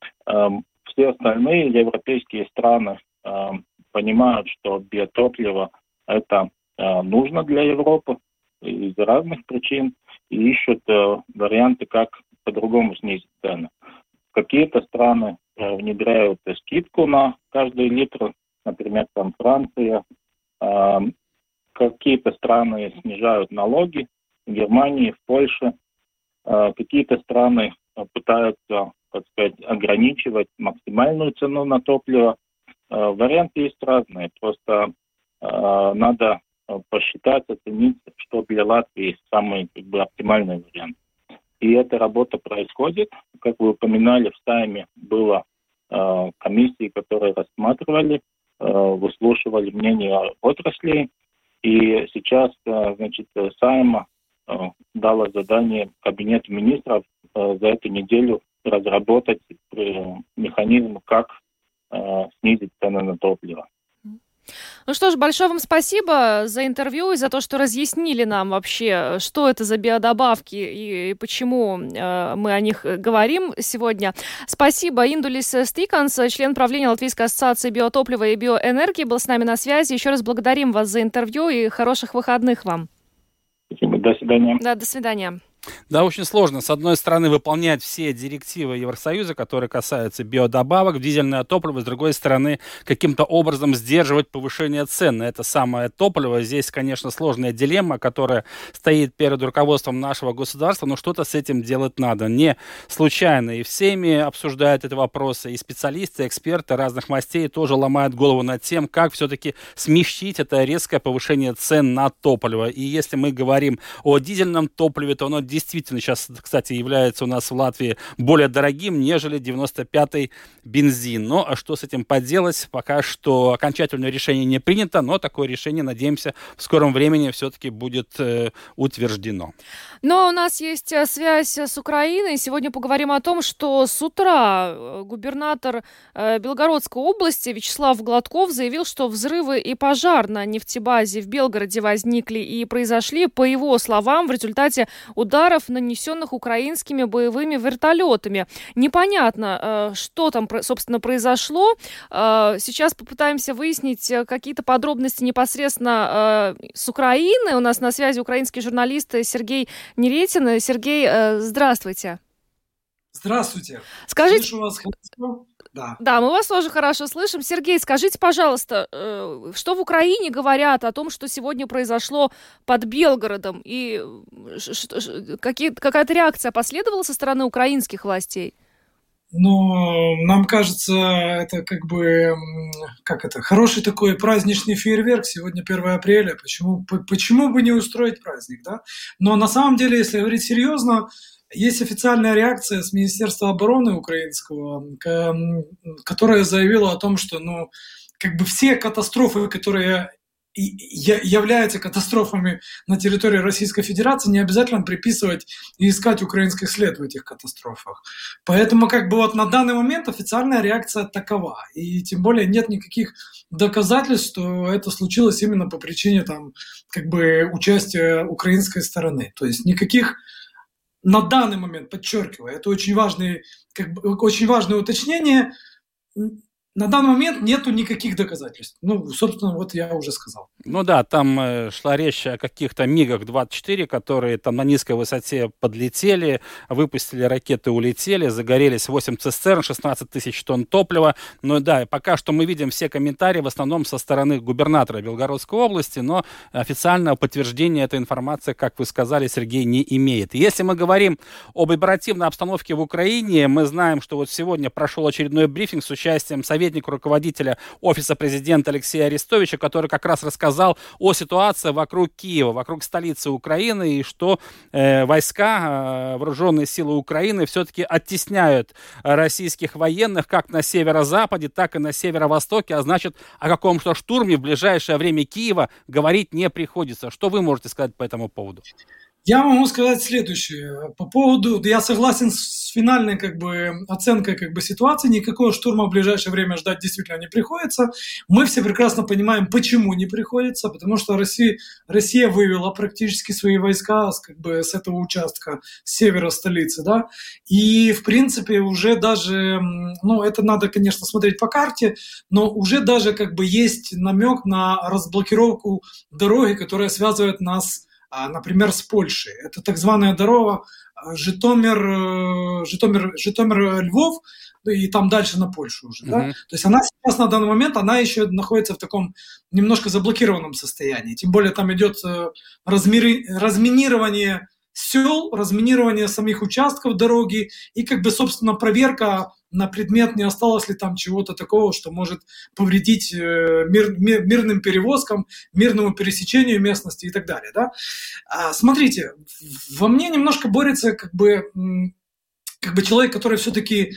Все остальные европейские страны понимают, что биотопливо – это нужно для Европы из разных причин и ищут э, варианты, как по-другому снизить цены. Какие-то страны э, внедряют скидку на каждый литр, например, там Франция. Э, какие-то страны снижают налоги, в Германии, в Польше. Э, какие-то страны э, пытаются, так сказать, ограничивать максимальную цену на топливо. Э, варианты есть разные, просто э, надо посчитать, оценить, что для Латвии самый как бы, оптимальный вариант. И эта работа происходит. Как вы упоминали, в Сайме было э, комиссии, которые рассматривали, э, выслушивали мнения отраслей. И сейчас, э, значит, Сайма э, дала задание Кабинету министров э, за эту неделю разработать э, механизм, как э, снизить цены на топливо. Ну что ж, большое вам спасибо за интервью и за то, что разъяснили нам вообще, что это за биодобавки и почему э, мы о них говорим сегодня. Спасибо. Индулис Стиканс, член правления Латвийской ассоциации биотоплива и биоэнергии, был с нами на связи. Еще раз благодарим вас за интервью и хороших выходных вам. Спасибо. До свидания. Да, до свидания. Да, очень сложно. С одной стороны, выполнять все директивы Евросоюза, которые касаются биодобавок, дизельное топливо, с другой стороны, каким-то образом сдерживать повышение цен на это самое топливо. Здесь, конечно, сложная дилемма, которая стоит перед руководством нашего государства, но что-то с этим делать надо. Не случайно и в Сейме обсуждают эти вопросы, и специалисты, эксперты разных мастей тоже ломают голову над тем, как все-таки смягчить это резкое повышение цен на топливо. И если мы говорим о дизельном топливе, то оно действительно сейчас, кстати, является у нас в Латвии более дорогим, нежели девяносто пятый бензин. Но а что с этим поделать? Пока что окончательное решение не принято, но такое решение, надеемся, в скором времени все-таки будет э, утверждено. Но у нас есть связь с Украиной. Сегодня поговорим о том, что с утра губернатор э, Белгородской области Вячеслав Гладков заявил, что взрывы и пожар на нефтебазе в Белгороде возникли и произошли, по его словам, в результате ударов, нанесенных украинскими боевыми вертолетами. Непонятно, что там, собственно, произошло. Сейчас попытаемся выяснить какие-то подробности непосредственно с Украины. У нас на связи украинский журналист Сергей Неретин. Сергей, здравствуйте. Здравствуйте. Скажите... Слышу вас хорошо. Да. да, мы вас тоже хорошо слышим. Сергей, скажите, пожалуйста, что в Украине говорят о том, что сегодня произошло под Белгородом? И какие, какая-то реакция последовала со стороны украинских властей? Ну, нам кажется, это как бы, как это, хороший такой праздничный фейерверк. Сегодня первое апреля. Почему, почему бы не устроить праздник, да? Но на самом деле, если говорить серьезно, есть официальная реакция с Министерства обороны украинского, которая заявила о том, что ну, как бы все катастрофы, которые являются катастрофами на территории Российской Федерации, не обязательно приписывать и искать украинский след в этих катастрофах. Поэтому как бы вот на данный момент официальная реакция такова. И тем более нет никаких доказательств, что это случилось именно по причине там, как бы, участия украинской стороны. То есть никаких... На данный момент, подчеркиваю, это очень важное, как бы, очень важное уточнение, на данный момент нету никаких доказательств. Ну, собственно, вот я уже сказал. Ну да, там э, шла речь о каких-то мигах двадцать четыре, которые там на низкой высоте подлетели, выпустили ракеты, улетели, загорелись восемь цистерн, шестнадцать тысяч тонн топлива. Но да, пока что мы видим все комментарии в основном со стороны губернатора Белгородской области, но официального подтверждения этой информации, как вы сказали, Сергей, не имеет. Если мы говорим об оперативной обстановке в Украине, мы знаем, что вот сегодня прошел очередной брифинг с участием советника руководителя Офиса президента Алексея Арестовича, который как раз рассказал о ситуации вокруг Киева, вокруг столицы Украины, и что э, войска, э, вооруженные силы Украины все-таки оттесняют российских военных как на северо-западе, так и на северо-востоке, а значит, о каком-то штурме в ближайшее время Киева говорить не приходится. Что вы можете сказать по этому поводу? Я могу сказать следующее. По поводу, я согласен с финальной как бы, оценкой как бы, ситуации. Никакого штурма в ближайшее время ждать действительно не приходится. Мы все прекрасно понимаем, почему не приходится. Потому что Россия, Россия вывела практически свои войска как бы, с этого участка, с севера столицы. Да? И, в принципе, уже даже, ну, это надо, конечно, смотреть по карте, но уже даже как бы, есть намек на разблокировку дороги, которая связывает нас, например, с Польшей. Это так званая дорога Житомир, Житомир, Житомир-Львов, и там дальше на Польшу уже. Mm-hmm. Да? То есть она сейчас на данный момент, она еще находится в таком немножко заблокированном состоянии. Тем более там идет размери, разминирование сел, разминирование самих участков дороги и как бы, собственно, проверка на предмет, не осталось ли там чего-то такого, что может повредить мир, мир, мирным перевозкам, мирному пересечению местности и так далее. Да? А, смотрите, во мне немножко борется как бы, как бы человек, который все-таки,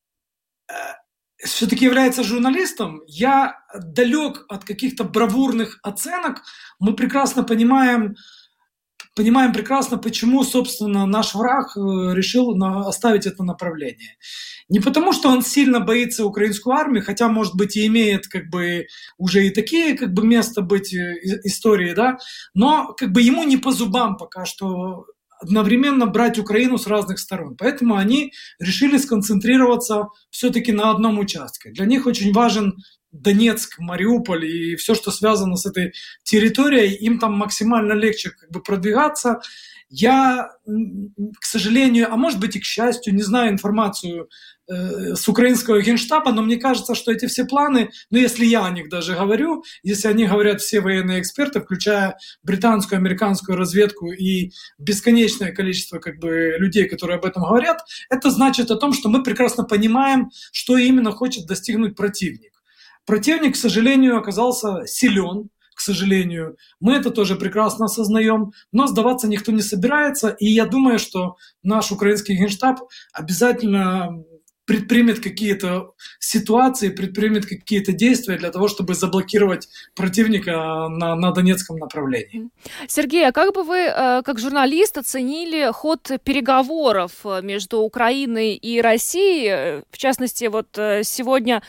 все-таки является журналистом. Я далек от каких-то бравурных оценок. Мы прекрасно понимаем, Понимаем прекрасно, почему, собственно, наш враг решил на, оставить это направление. Не потому, что он сильно боится украинскую армию, хотя, может быть, и имеет как бы, уже и такие как бы, места быть истории, да, но как бы, ему не по зубам пока что одновременно брать Украину с разных сторон. Поэтому они решили сконцентрироваться все-таки на одном участке. Для них очень важен Донецк, Мариуполь и все, что связано с этой территорией, им там максимально легче как бы продвигаться. Я, к сожалению, а может быть и к счастью, не знаю информацию э, с украинского генштаба, но мне кажется, что эти все планы, ну если я о них даже говорю, если они говорят все военные эксперты, включая британскую, американскую разведку и бесконечное количество как бы, людей, которые об этом говорят, это значит о том, что мы прекрасно понимаем, что именно хочет достигнуть противник. Противник, к сожалению, оказался силен, к сожалению. Мы это тоже прекрасно осознаем, но сдаваться никто не собирается. И я думаю, что наш украинский генштаб обязательно предпримет какие-то ситуации, предпримет какие-то действия для того, чтобы заблокировать противника на, на Донецком направлении. Сергей, а как бы вы, как журналист, оценили ход переговоров между Украиной и Россией? В частности, вот сегодня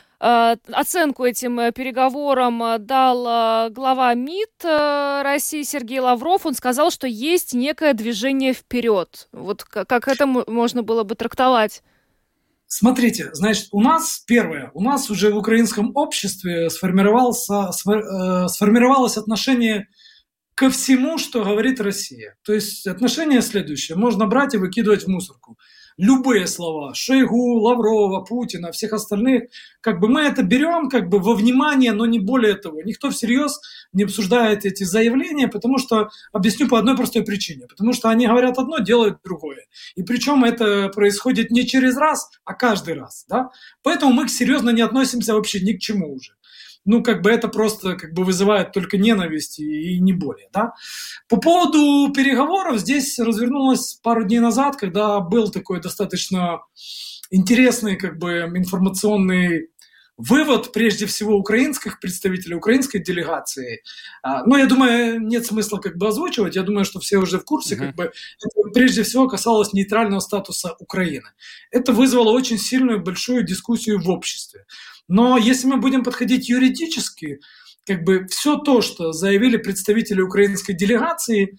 оценку этим переговорам дал глава МИД России Сергей Лавров. Он сказал, что есть некое движение вперед. Вот как это можно было бы трактовать? Смотрите, значит, у нас, первое, у нас уже в украинском обществе сформировался, сформировалось отношение ко всему, что говорит Россия. То есть отношение следующее. Можно брать и выкидывать в мусорку. Любые слова Шойгу, Лаврова, Путина, всех остальных, как бы мы это берем как бы во внимание, но не более того. Никто всерьез не обсуждает эти заявления, потому что, объясню по одной простой причине, потому что они говорят одно, делают другое. И причем это происходит не через раз, а каждый раз. Да? Поэтому мы серьезно не относимся вообще ни к чему уже. Ну, как бы это просто как бы вызывает только ненависть и, и не более, да. По поводу переговоров здесь развернулось пару дней назад, когда был такой достаточно интересный как бы информационный вывод, прежде всего, украинских представителей, украинской делегации. Но я думаю, нет смысла как бы озвучивать, я думаю, что все уже в курсе, как бы, это прежде всего касалось нейтрального статуса Украины. Это вызвало очень сильную, большую дискуссию в обществе. Но если мы будем подходить юридически, как бы все то, что заявили представители украинской делегации,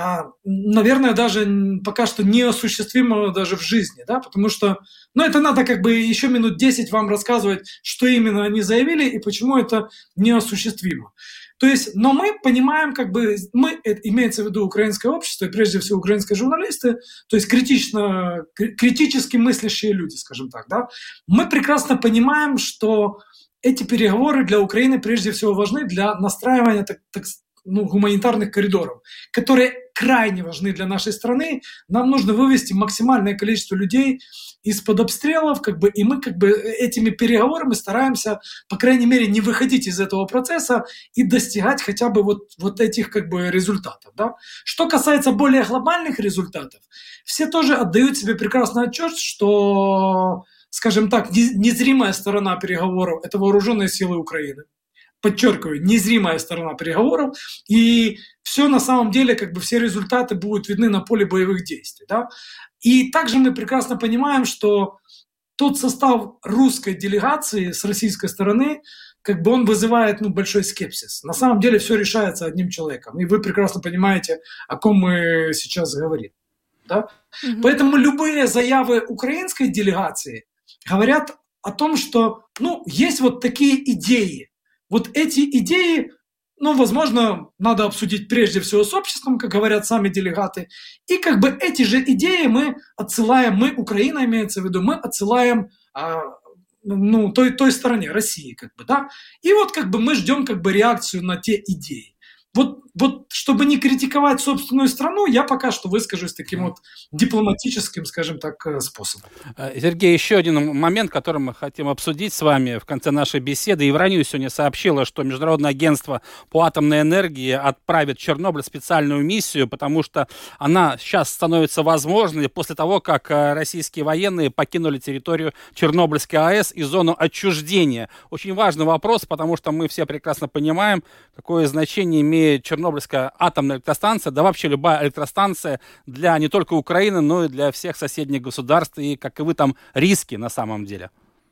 наверное, даже пока что неосуществимо даже в жизни, да, потому что, ну, это надо как бы еще минут десять вам рассказывать, что именно они заявили и почему это неосуществимо. То есть, но мы понимаем, как бы, мы, это имеется в виду украинское общество, и прежде всего украинские журналисты, то есть критично, критически мыслящие люди, скажем так, да, мы прекрасно понимаем, что эти переговоры для Украины прежде всего важны для настраивания так, так, ну, гуманитарных коридоров, которые крайне важны для нашей страны. Нам нужно вывести максимальное количество людей из-под обстрелов, как бы, и мы как бы этими переговорами стараемся, по крайней мере, не выходить из этого процесса и достигать хотя бы вот, вот этих как бы результатов. Да? Что касается более глобальных результатов, все тоже отдают себе прекрасный отчет, что, скажем так, незримая сторона переговоров – это вооруженные силы Украины. Подчеркиваю, незримая сторона переговоров, и все на самом деле, как бы все результаты будут видны на поле боевых действий. Да? И также мы прекрасно понимаем, что тот состав русской делегации с российской стороны, как бы он вызывает ну, большой скепсис. На самом деле все решается одним человеком, и вы прекрасно понимаете, о ком мы сейчас говорим. Да? Mm-hmm. Поэтому любые заявы украинской делегации говорят о том, что ну, есть вот такие идеи. Вот эти идеи, ну, возможно, надо обсудить прежде всего с обществом, как говорят сами делегаты. И как бы эти же идеи мы отсылаем, мы, Украина имеется в виду, мы отсылаем а, ну, той, той стороне, России, как бы, да. И вот как бы мы ждем как бы реакцию на те идеи. Вот, вот, чтобы не критиковать собственную страну, я пока что выскажусь таким вот дипломатическим, скажем так, способом. Сергей, еще один момент, который мы хотим обсудить с вами в конце нашей беседы. Евроньюз сегодня сообщила, что Международное агентство по атомной энергии отправит в Чернобыль специальную миссию, потому что она сейчас становится возможной после того, как российские военные покинули территорию Чернобыльской АЭС и зону отчуждения. Очень важный вопрос, потому что мы все прекрасно понимаем, какое значение имеет Чернобыльская атомная электростанция, да вообще любая электростанция для не только Украины, но и для всех соседних государств, и каковы там риски на самом деле.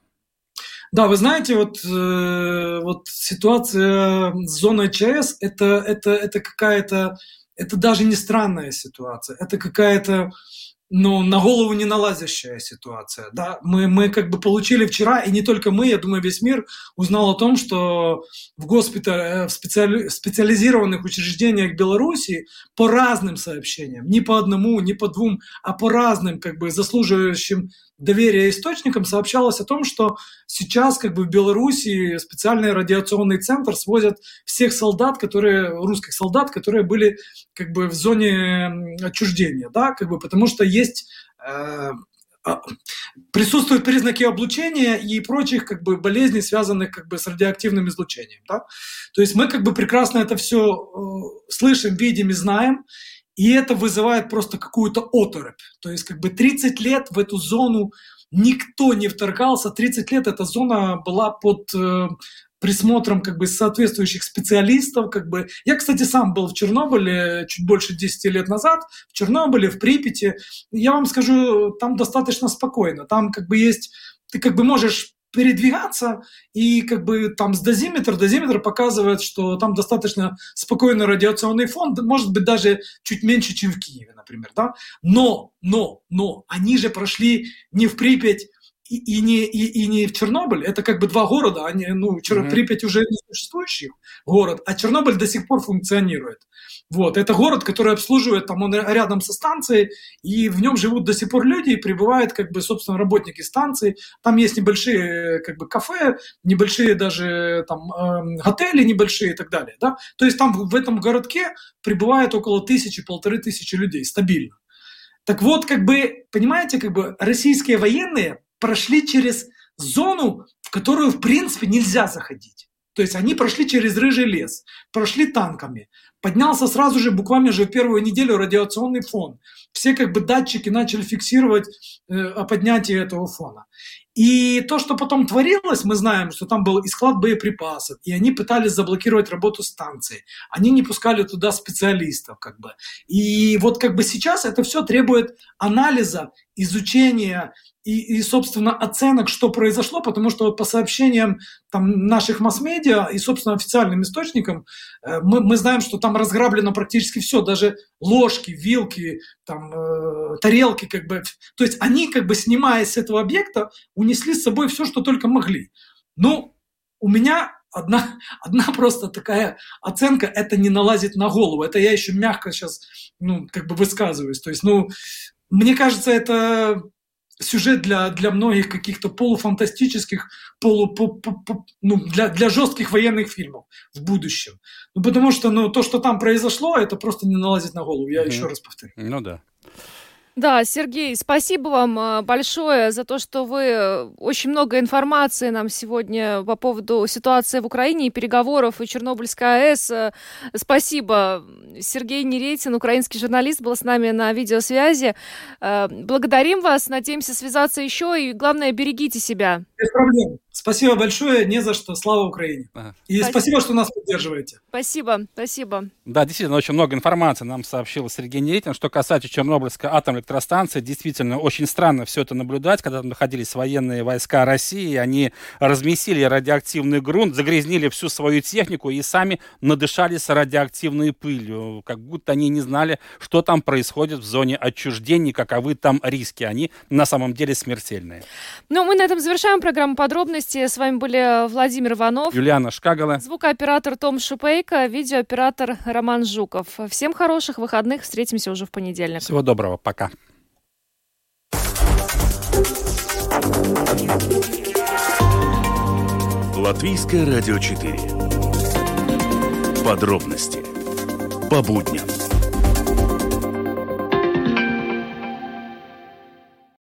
Да, вы знаете, вот, э, вот ситуация с зоной ЧАЭС, это, это, это какая-то, это даже не странная ситуация, это какая-то, ну, на голову не налазящая ситуация, да, мы, мы как бы получили вчера, и не только мы, я думаю, весь мир узнал о том, что в госпитале, в специали, специализированных учреждениях Беларуси по разным сообщениям, не по одному, не по двум, а по разным, как бы, заслуживающим доверия источникам сообщалось о том, что сейчас как бы в Беларуси специальный радиационный центр свозят всех солдат, которые, русских солдат, которые были как бы в зоне отчуждения, да, как бы, потому что есть э, присутствуют признаки облучения и прочих как бы болезней, связанных как бы с радиоактивным излучением, да. То есть мы как бы прекрасно это все э, слышим, видим и знаем. И это вызывает просто какую-то оторопь. То есть как бы тридцать лет в эту зону никто не вторгался. тридцать лет эта зона была под э, присмотром как бы соответствующих специалистов. Как бы. Я, кстати, сам был в Чернобыле чуть больше десяти лет назад. В Чернобыле, в Припяти. Я вам скажу, там достаточно спокойно. Там как бы есть... Ты как бы можешь передвигаться, и как бы там с дозиметр, дозиметр показывает, что там достаточно спокойный радиационный фон, может быть, даже чуть меньше, чем в Киеве, например, да. Но, но, но, они же прошли не в Припять и, и, не, и, и не в Чернобыль, это как бы два города, они, ну, mm-hmm. Припять уже не существующий город, а Чернобыль до сих пор функционирует. Вот, это город, который обслуживает, там он рядом со станцией, и в нем живут до сих пор люди, и прибывают, как бы, собственно, работники станции. Там есть небольшие, как бы, кафе, небольшие даже там э, отели небольшие и так далее, да. То есть там в этом городке прибывает около тысячи, полторы тысячи людей стабильно. Так вот, как бы, понимаете, как бы российские военные прошли через зону, в которую, в принципе, нельзя заходить. То есть они прошли через рыжий лес, прошли танками. Поднялся сразу же, буквально же в первую неделю, радиационный фон. Все как бы датчики начали фиксировать э, о поднятии этого фона. И то, что потом творилось, мы знаем, что там был и склад боеприпасов, и они пытались заблокировать работу станции. Они не пускали туда специалистов, как бы. И вот как бы сейчас это все требует анализа изучения и, и, собственно, оценок, что произошло, потому что вот по сообщениям там, наших масс-медиа и, собственно, официальным источникам, э, мы, мы знаем, что там разграблено практически все, даже ложки, вилки, там, э, тарелки, как бы. То есть они, как бы, снимаясь с этого объекта, унесли с собой все, что только могли. Ну, у меня одна, одна просто такая оценка, это не налазит на голову. Это я еще мягко сейчас, ну, как бы высказываюсь. То есть, ну, мне кажется, это сюжет для, для многих каких-то полуфантастических, полу, по, по, по, ну, для, для жестких военных фильмов в будущем. Ну, потому что, ну, то, что там произошло, это просто не налазит на голову. Я mm-hmm. еще раз повторю. Ну да. Да, Сергей, спасибо вам большое за то, что вы очень много информации нам сегодня по поводу ситуации в Украине и переговоров и Чернобыльской АЭС. Спасибо. Сергей Неретин, украинский журналист, был с нами на видеосвязи. Благодарим вас, надеемся связаться еще и, главное, берегите себя. Без проблем. Спасибо большое, не за что. Слава Украине. Ага. И спасибо. спасибо, что нас поддерживаете. Спасибо, спасибо. Да, действительно, очень много информации нам сообщил Сергей Неретин. Что касается Чернобыльской атомной электростанции, действительно, очень странно все это наблюдать, когда там находились военные войска России, они размесили радиоактивный грунт, загрязнили всю свою технику и сами надышались радиоактивной пылью, как будто они не знали, что там происходит в зоне отчуждения, каковы там риски. Они на самом деле смертельные. Ну, мы на этом завершаем программу «Подробности». С вами были Владимир Иванов, Юлиана Шкагала, звукооператор Том Шупейко, видеооператор Роман Жуков. Всем хороших выходных. Встретимся уже в понедельник. Всего доброго. Пока. Латвийское радио четыре. Подробности по будням.